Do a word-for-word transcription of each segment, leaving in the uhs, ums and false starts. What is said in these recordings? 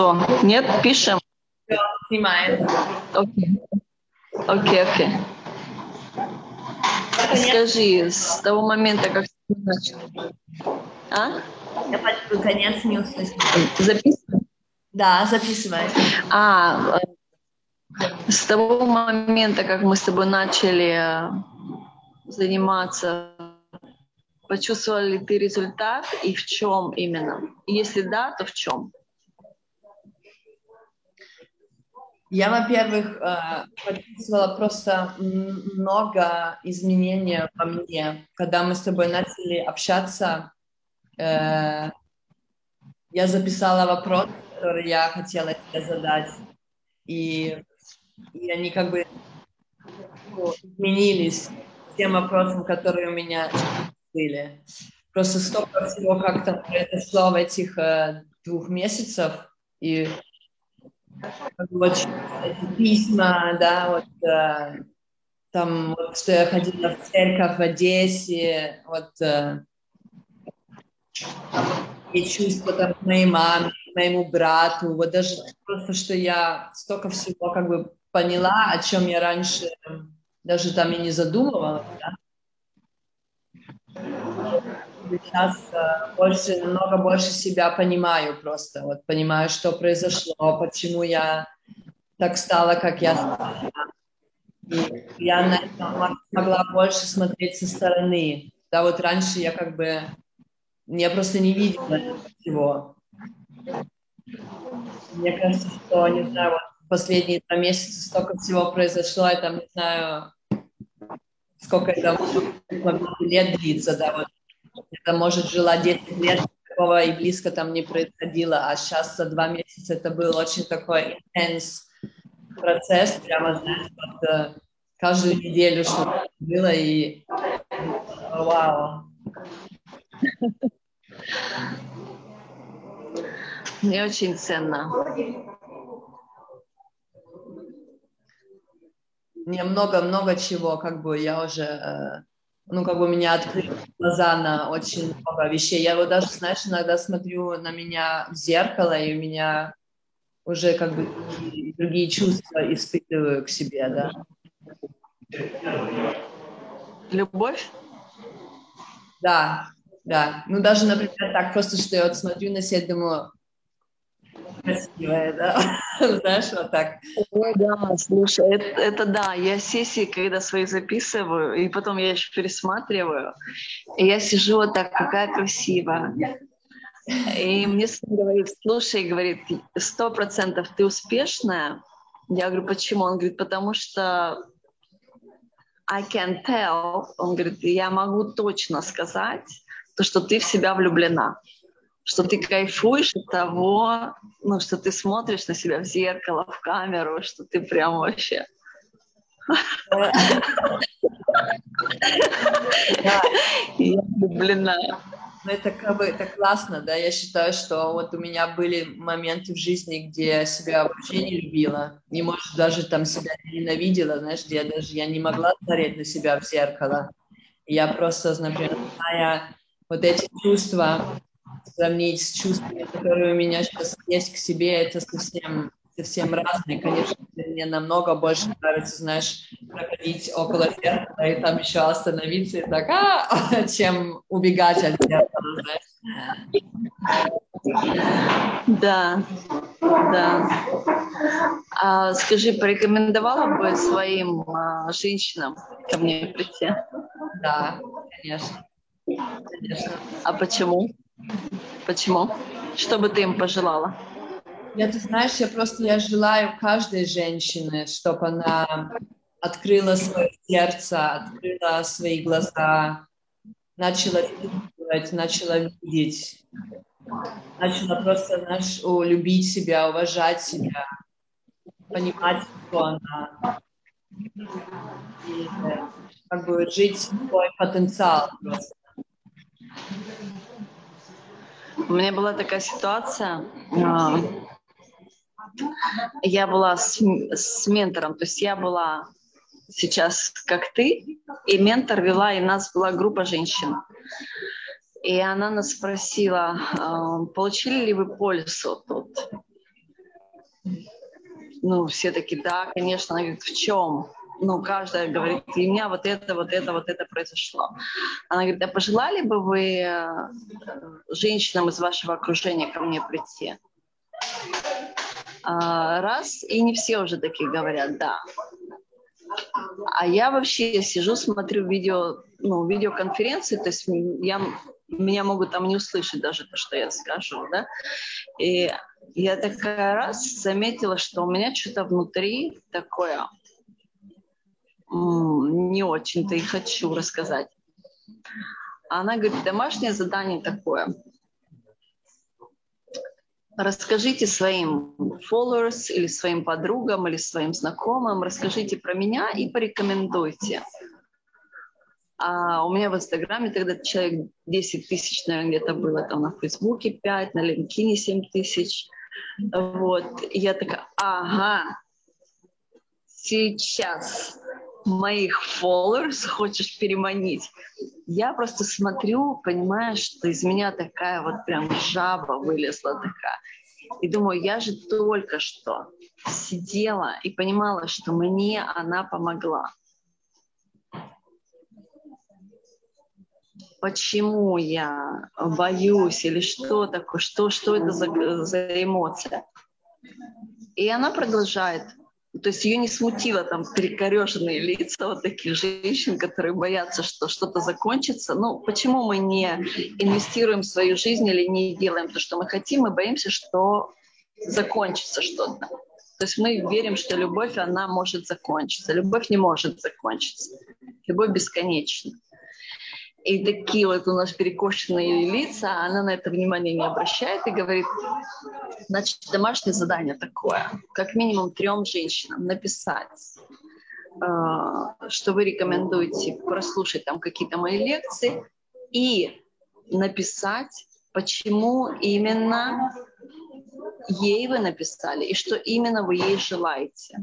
Нет, пишем. Снимаем. Окей, окей, окей. Скажи, с того момента, как ты начал. А? Я почти конец не услышала. Записываем? Да, записывай. А, с того момента, как мы с тобой начали заниматься, почувствовал ли ты результат и в чем именно? Если да, то в чем? Я, во-первых, почувствовала просто много изменений во мне. Когда мы с тобой начали общаться, я записала вопрос, который я хотела тебе задать. И, и они как бы ну, изменились тем вопросом, которые у меня были. Просто столько всего как-то произошло в этих э, двух месяцах. И вот эти письма, да, вот э, там, вот, что я ходила в церковь в Одессе, вот э, и чувства там к моей маме, к моему брату, вот даже просто, что я столько всего как бы поняла, о чем я раньше даже там и не задумывалась, да. Сейчас э, больше, намного больше себя понимаю просто, вот понимаю, что произошло, почему я так стала, как я стала. И я на это могла больше смотреть со стороны. Да, вот раньше я как бы, я просто не видела всего. Мне кажется, что, не знаю, вот последние два месяца столько всего произошло, я там не знаю, сколько это могло лет длиться, да, вот. Это, может, жила десять лет, такого и близко там не происходило, а сейчас за два месяца это был очень такой интенс процесс, прямо, знаешь, вот, э, каждую неделю что-то было, и вау. Мне очень ценно. Мне много-много чего, как бы я уже, э, ну, как бы меня открыли глаза на очень много вещей. Я вот даже, знаешь, иногда смотрю на меня в зеркало, и у меня уже как бы другие, другие чувства испытываю к себе, да. Любовь? Да, да. Ну, даже, например, так просто, что я вот смотрю на себя и думаю, красивая, да, знаешь, вот так. Ой, да, слушай, это, это да, я сессии, когда свои записываю, и потом я еще пересматриваю, и я сижу вот так, какая красивая. И мне сын говорит, слушай, говорит, сто процентов ты успешная. Я говорю, почему? Он говорит, потому что I can tell, он говорит, я могу точно сказать, то, что ты в себя влюблена, что ты кайфуешь от того, ну, что ты смотришь на себя в зеркало, в камеру, что ты прям вообще... Я влюблена. Ну, это как бы это классно, да, я считаю, что вот у меня были моменты в жизни, где я себя вообще не любила, и, может, даже там себя ненавидела, знаешь, где я даже я не могла смотреть на себя в зеркало. И я просто, например, зная вот эти чувства, сравнить с чувствами, которые у меня сейчас есть к себе, это совсем, совсем разные. Конечно, мне намного больше нравится, знаешь, проходить около зеркала и там еще остановиться и так, а, чем убегать от зеркала, знаешь. Да, да. А, скажи, порекомендовала бы своим а, женщинам ко мне прийти? Да, конечно. Конечно. А почему? Почему? Что бы ты им пожелала? Я, ты знаешь, я просто я желаю каждой женщине, чтобы она открыла свое сердце, открыла свои глаза, начала чувствовать, начала видеть, начала просто, знаешь, о, любить себя, уважать себя, понимать, кто она, и э, как бы жить свой потенциал просто. У меня была такая ситуация. Я была с, с ментором, то есть я была сейчас как ты, и ментор вела, и у нас была группа женщин. И она нас спросила, получили ли вы пользу тут? ну, все такие, да, конечно. Она говорит, в чем? Ну, каждая говорит, и у меня вот это, вот это, вот это произошло. Она говорит, а пожелали бы вы женщинам из вашего окружения ко мне прийти? А, раз, и не все уже такие говорят, да. А я вообще сижу, смотрю видео, ну, видеоконференции, то есть я, меня могут там не услышать даже то, что я скажу, да. И я такая раз заметила, что у меня что-то внутри такое м- не очень-то и хочу рассказать. А она говорит, домашнее задание такое. Расскажите своим followers или своим подругам или своим знакомым, расскажите про меня и порекомендуйте. А у меня в Инстаграме тогда человек десять тысяч, наверное, где-то было, там на Фейсбуке пять, на LinkedIn семь тысяч. Вот. И я такая, ага, сейчас моих followers хочешь переманить. Я просто смотрю, понимаю, что из меня такая вот прям жаба вылезла такая. И думаю, я же только что сидела и понимала, что мне она помогла. Почему я боюсь или что такое, что, что это за, за эмоция? И она продолжает. То есть ее не смутило там перекореженные лица вот таких женщин, которые боятся, что что-то закончится. Ну, почему мы не инвестируем в свою жизнь или не делаем то, что мы хотим? Мы боимся, что закончится что-то. То есть мы верим, что любовь, она может закончиться. Любовь не может закончиться. Любовь бесконечна. И такие вот у нас перекошенные лица, она на это внимание не обращает и говорит, значит, домашнее задание такое, как минимум трем женщинам написать, что вы рекомендуете прослушать там какие-то мои лекции и написать, почему именно ей вы написали и что именно вы ей желаете.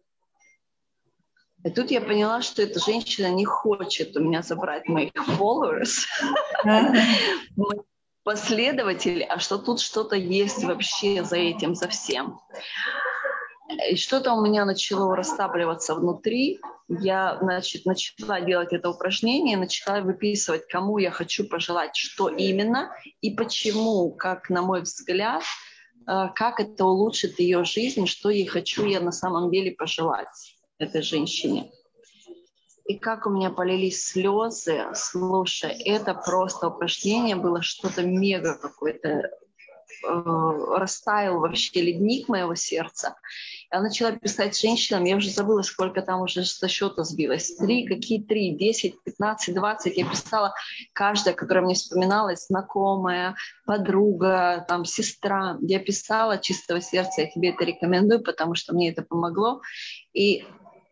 И тут я поняла, что эта женщина не хочет у меня забрать моих followers, моих последователей, а что тут что-то есть вообще за этим, за всем. И что-то у меня начало растапливаться внутри. Я, значит, начала делать это упражнение, начала выписывать, кому я хочу пожелать, что именно и почему, как, на мой взгляд, как это улучшит ее жизнь, что ей хочу я на самом деле пожелать этой женщине. И как у меня полились слезы, слушай, это просто упражнение было что-то мега какое-то, э, растаял вообще ледник моего сердца. Я начала писать женщинам, я уже забыла, сколько там уже со счета сбилось. Три, какие три, десять, пятнадцать, двадцать. Я писала каждая, которая мне вспоминалась, знакомая, подруга, там, сестра. Я писала чистого сердца, я тебе это рекомендую, потому что мне это помогло. И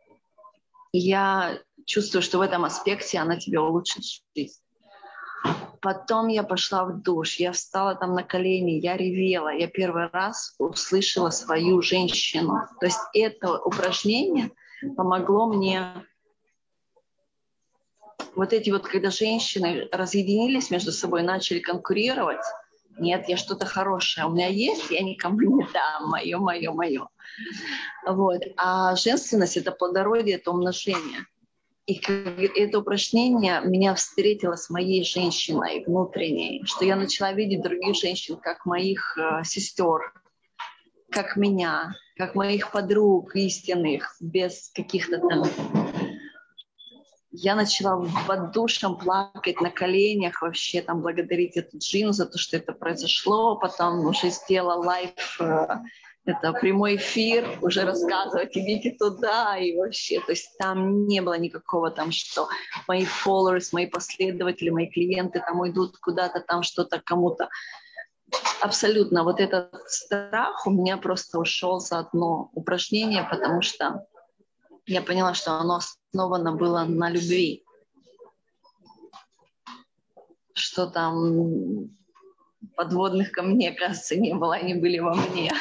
я чувствую, что в этом аспекте она тебе улучшит жизнь. Потом я пошла в душ, я встала там на колени, я ревела. Я первый раз услышала свою женщину. То есть это упражнение помогло мне. Вот эти вот, когда женщины разъединились между собой, начали конкурировать. Нет, я что-то хорошее у меня есть, я никому не дам, мое, мое, мое. Вот. А женственность — это плодородие, это умножение. И это упражнение меня встретило с моей женщиной внутренней, что я начала видеть других женщин как моих э, сестер, как меня, как моих подруг истинных, без каких-то там... Я начала под душем плакать на коленях, вообще там благодарить эту Джину за то, что это произошло. Потом уже сделала лайв, это прямой эфир, уже рассказывать, идите туда и вообще. То есть там не было никакого там, что мои followers, мои последователи, мои клиенты там уйдут куда-то, там что-то кому-то. Абсолютно. Вот этот страх у меня просто ушел за одно упражнение, потому что я поняла, что оно основано было на любви. Что там подводных камней, кажется, не было, они были во мне.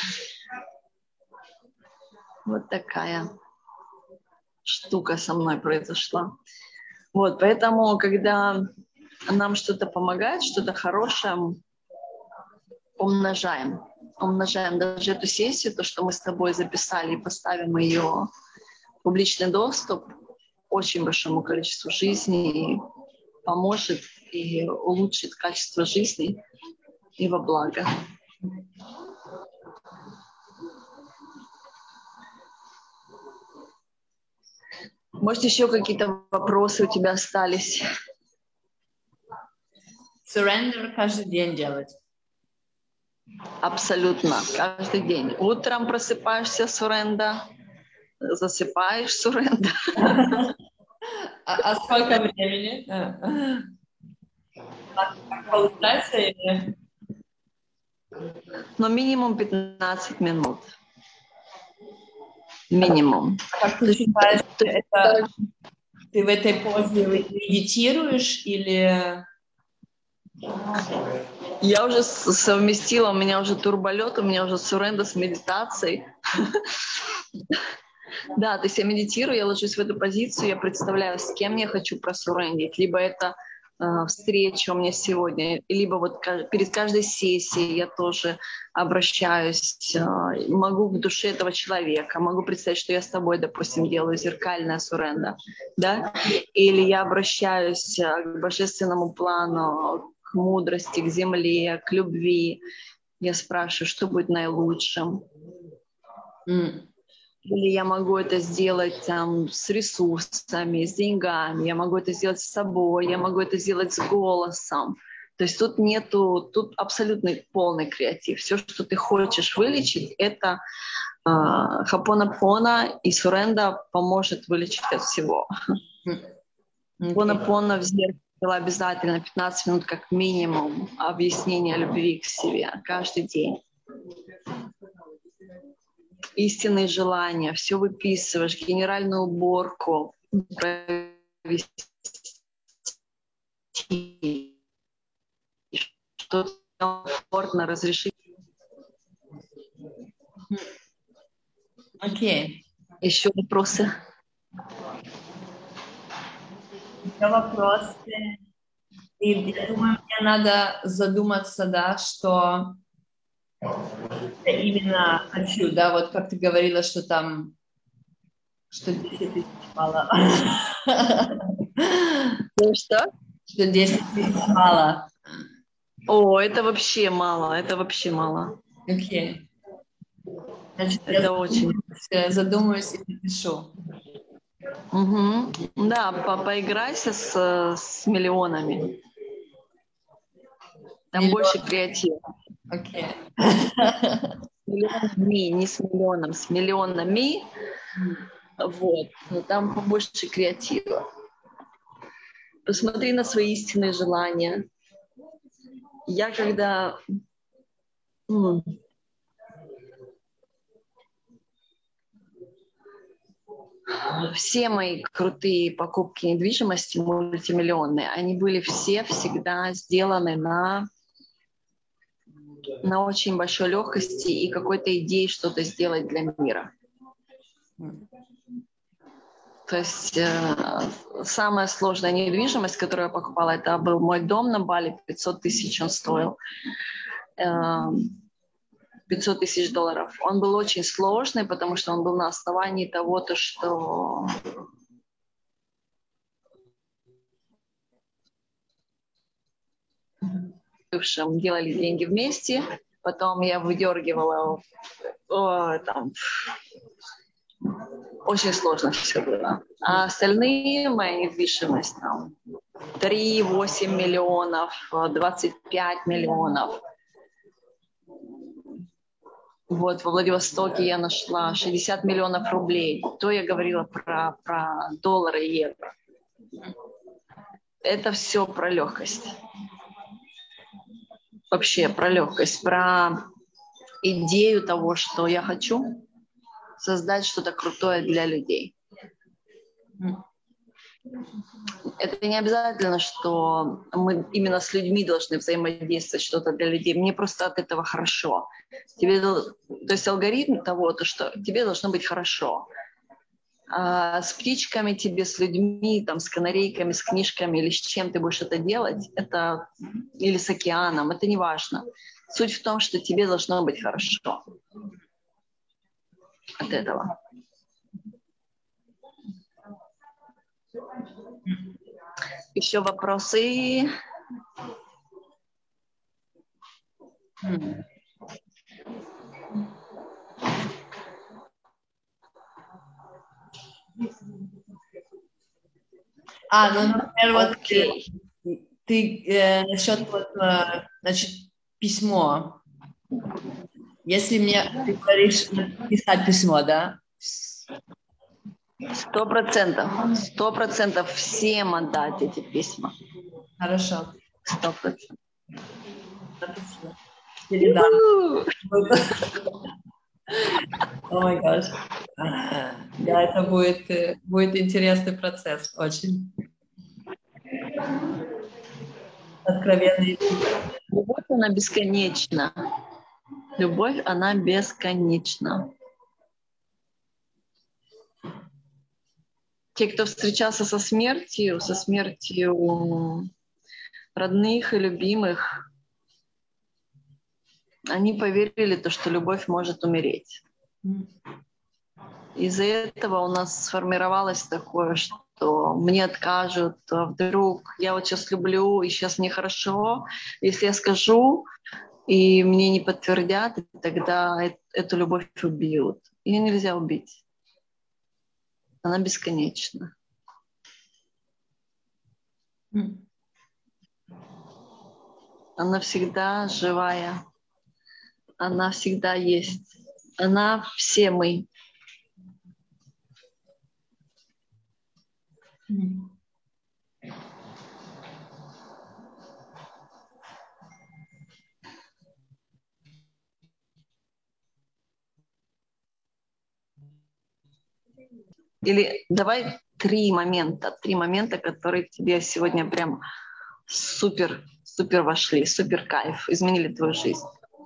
Вот такая штука со мной произошла. Вот, поэтому, когда нам что-то помогает, что-то хорошее, умножаем. умножаем даже эту сессию, то, что мы с тобой записали, и поставим ее в публичный доступ очень большому количеству жизней, и поможет и улучшит качество жизни и во благо. Может, еще какие-то вопросы у тебя остались? Surrender каждый день делать. Абсолютно, каждый день. Утром просыпаешься суренда, засыпаешь суренда. А, а сколько времени? Как получается или? Но минимум пятнадцать минут. Минимум. Как ты считаешь, это ты в этой позе медитируешь или? Я уже совместила, у меня уже турболет, у меня уже суренда с медитацией. Да, то есть я медитирую, я ложусь в эту позицию, я представляю, с кем я хочу просурендить. Либо это э, встреча у меня сегодня, либо вот перед каждой сессией я тоже обращаюсь, э, могу к душе этого человека, могу представить, что я с тобой, допустим, делаю зеркальная суренда, да, или я обращаюсь к божественному плану, к мудрости, к земле, к любви. Я спрашиваю, что будет наилучшим. Mm. Или я могу это сделать там, с ресурсами, с деньгами, я могу это сделать с собой, я могу это сделать с голосом. То есть тут нету, тут абсолютно полный креатив. Все, что ты хочешь вылечить, это э, хапонапона, и суренда поможет вылечить от всего. Хапонапона okay. в зеркало обязательно пятнадцать минут как минимум объяснения любви к себе каждый день. Истинные желания, все выписываешь, генеральную уборку провести, что комфортно разрешить. Окей. Okay. Еще вопросы? Еще вопросы. И я думаю, мне надо задуматься, да, что я именно хочу, да, вот как ты говорила, что там, что десять тысяч мало. Ну что? Что десять тысяч мало. О, это вообще мало, это вообще мало. Окей. Значит, это я очень. Задумаюсь и напишу. Угу. Да, по поиграйся с, с миллионами. Там Миллион. Больше креатива. Окей. С миллионами, не с миллионом, с миллионами. Вот. Но там побольше креатива. Посмотри на свои истинные желания. Я когда... М- Все мои крутые покупки недвижимости мультимиллионные, они были все всегда сделаны на, на очень большой легкости и какой-то идеей что-то сделать для мира. То есть э, самая сложная недвижимость, которую я покупала, это был мой дом на Бали, пятьсот тысяч он стоил. Э, пятьсот тысяч долларов. Он был очень сложный, потому что он был на основании того-то, что бывшим делали деньги вместе, потом я выдергивала, о, там, очень сложно все было. А остальные мои недвижимость, там, три, восемь миллионов, двадцать пять миллионов. Вот, во Владивостоке я нашла шестьдесят миллионов рублей. То я говорила про, про доллары и евро. Это все про легкость. Вообще про легкость, про идею того, что я хочу создать что-то крутое для людей. Это не обязательно, что мы именно с людьми должны взаимодействовать, что-то для людей. Мне просто от этого хорошо. Тебе, то есть алгоритм того, то, что тебе должно быть хорошо. А с птичками тебе, с людьми, там, с канарейками, с книжками или с чем ты будешь это делать, это, или с океаном, это не важно. Суть в том, что тебе должно быть хорошо от этого. Еще вопросы? Mm. А, ну, например, вот okay. ты, ты э, насчет вот, э, значит, письмо. Если мне ты говоришь написать письмо, да? Сто процентов. Сто процентов всем отдать эти письма. Хорошо. Сто процентов. Передам. О май гаш. Да, это будет, будет интересный процесс, очень. Откровенный. Любовь, она бесконечна. Любовь, она бесконечна. Те, кто встречался со смертью, со смертью родных и любимых, они поверили в то, что любовь может умереть. Из-за этого у нас сформировалось такое, что мне откажут, а вдруг я вот сейчас люблю, и сейчас мне хорошо. Если я скажу, и мне не подтвердят, тогда эту любовь убьют. Ее нельзя убить. Она бесконечна. Она всегда живая. Она всегда есть. Она все мы. Или давай три момента, три момента, которые к тебе сегодня прям супер, супер вошли, супер кайф, изменили твою жизнь.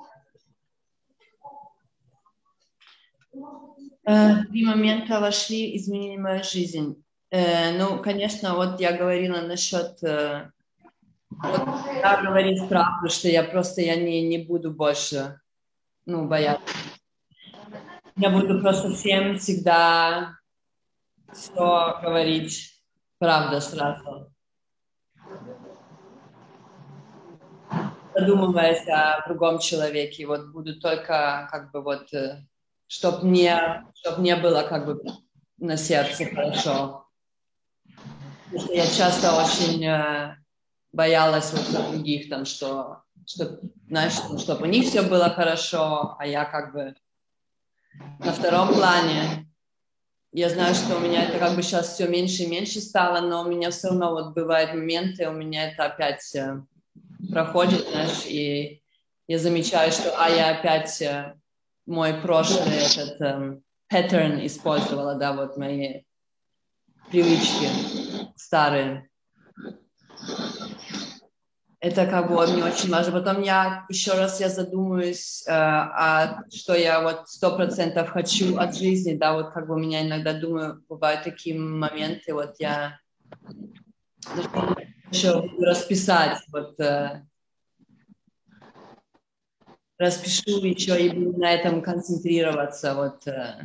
Три момента вошли, изменили мою жизнь. Э, ну, конечно, вот я говорила насчет, э, вот я говорить правду, что я просто я не, не буду больше, ну, бояться. Я буду просто всем всегда все говорить правда сразу. Задумываясь о другом человеке, вот буду только как бы вот, чтоб мне, чтоб мне было как бы на сердце хорошо. Потому что я часто очень э, боялась вот за других, там, что, что, знаешь, чтобы у них все было хорошо, а я как бы на втором плане. Я знаю, что у меня это как бы сейчас все меньше и меньше стало, но у меня все равно вот бывают моменты, у меня это опять э, проходит, знаешь, и я замечаю, что а я опять э, мой прошлый этот э, pattern использовала, да, вот мои привычки старые. Это как бы мне очень важно. Потом я еще раз я задумаюсь, э, а что я вот сто процентов хочу от жизни, да, вот как бы у меня иногда, думаю, бывают такие моменты, вот я еще буду расписать, вот э, распишу еще и буду на этом концентрироваться, вот э,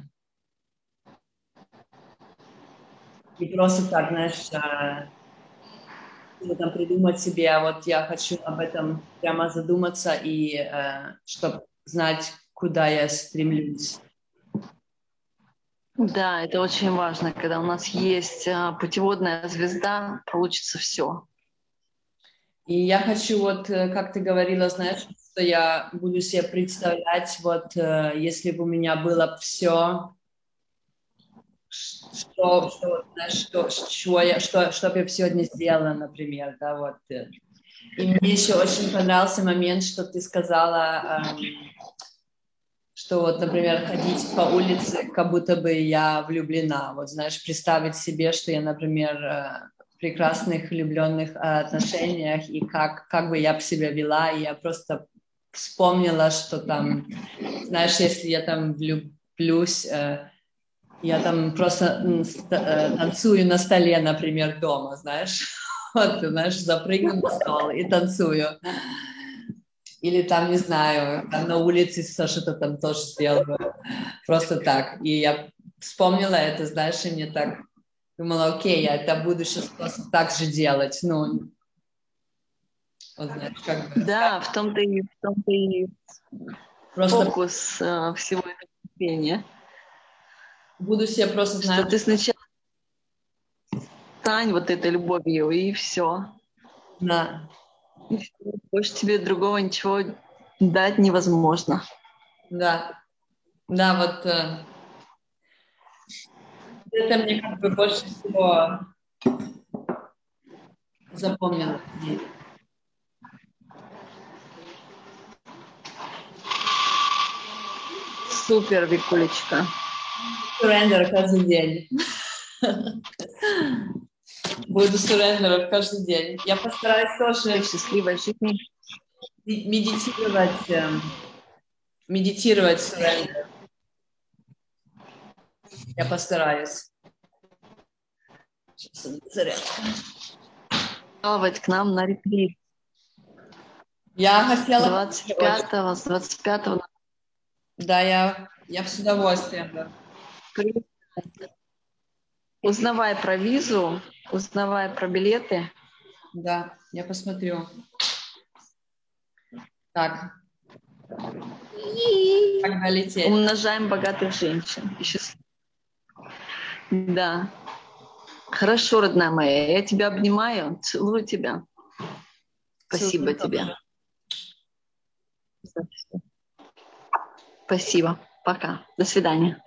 и просто так, знаешь, э, там придумать себе, а вот я хочу об этом прямо задуматься и э, чтобы знать, куда я стремлюсь. Да, это очень важно, когда у нас есть а, путеводная звезда, получится все. И я хочу вот, как ты говорила, знаешь, что я буду себе представлять, вот, э, если бы у меня было все, что, что, знаешь, что, что, я, что, что бы я сегодня сделала, например, да, вот. И мне еще очень понравился момент, что ты сказала, эм, что вот, например, ходить по улице, как будто бы я влюблена. Вот, знаешь, представить себе, что я, например, в прекрасных влюбленных отношениях, и как, как бы я бы себя вела, и я просто вспомнила, что там, знаешь, если я там влюблюсь, я там просто танцую на столе, например, дома, знаешь, вот, знаешь, запрыгну на стол и танцую. Или там, не знаю, там на улице что-то там тоже сделаю. Просто так. И я вспомнила это, знаешь, и мне так думала, окей, я это буду сейчас просто так же делать. Ну, вот, знаешь, как бы. Да, в том-то и, в том-то и Просто фокус э, всего этого терпения. буду себе просто, Что знаешь, ты сначала стань вот этой любовью, и все. на, Больше тебе другого ничего дать невозможно. да, да, вот э, это мне как бы больше всего запомнилось. Супер, Викулечка. Суррендер каждый день. Буду суррендеров каждый день. Я постараюсь тоже Счастливой жизни. медитировать, эм, медитировать суррендер. Я постараюсь. Плавать к нам на ретрит. Я хотела... двадцать пятого, с двадцать пятого. Да, я, я с удовольствием. Да. Узнавай про визу, узнавай про билеты. Да, я посмотрю. Так. Когда лететь? Умножаем богатых женщин. Еще... Да. Хорошо, родная моя. Я тебя обнимаю, целую тебя. Спасибо Целую тебе. тоже. Спасибо. Пока. До свидания.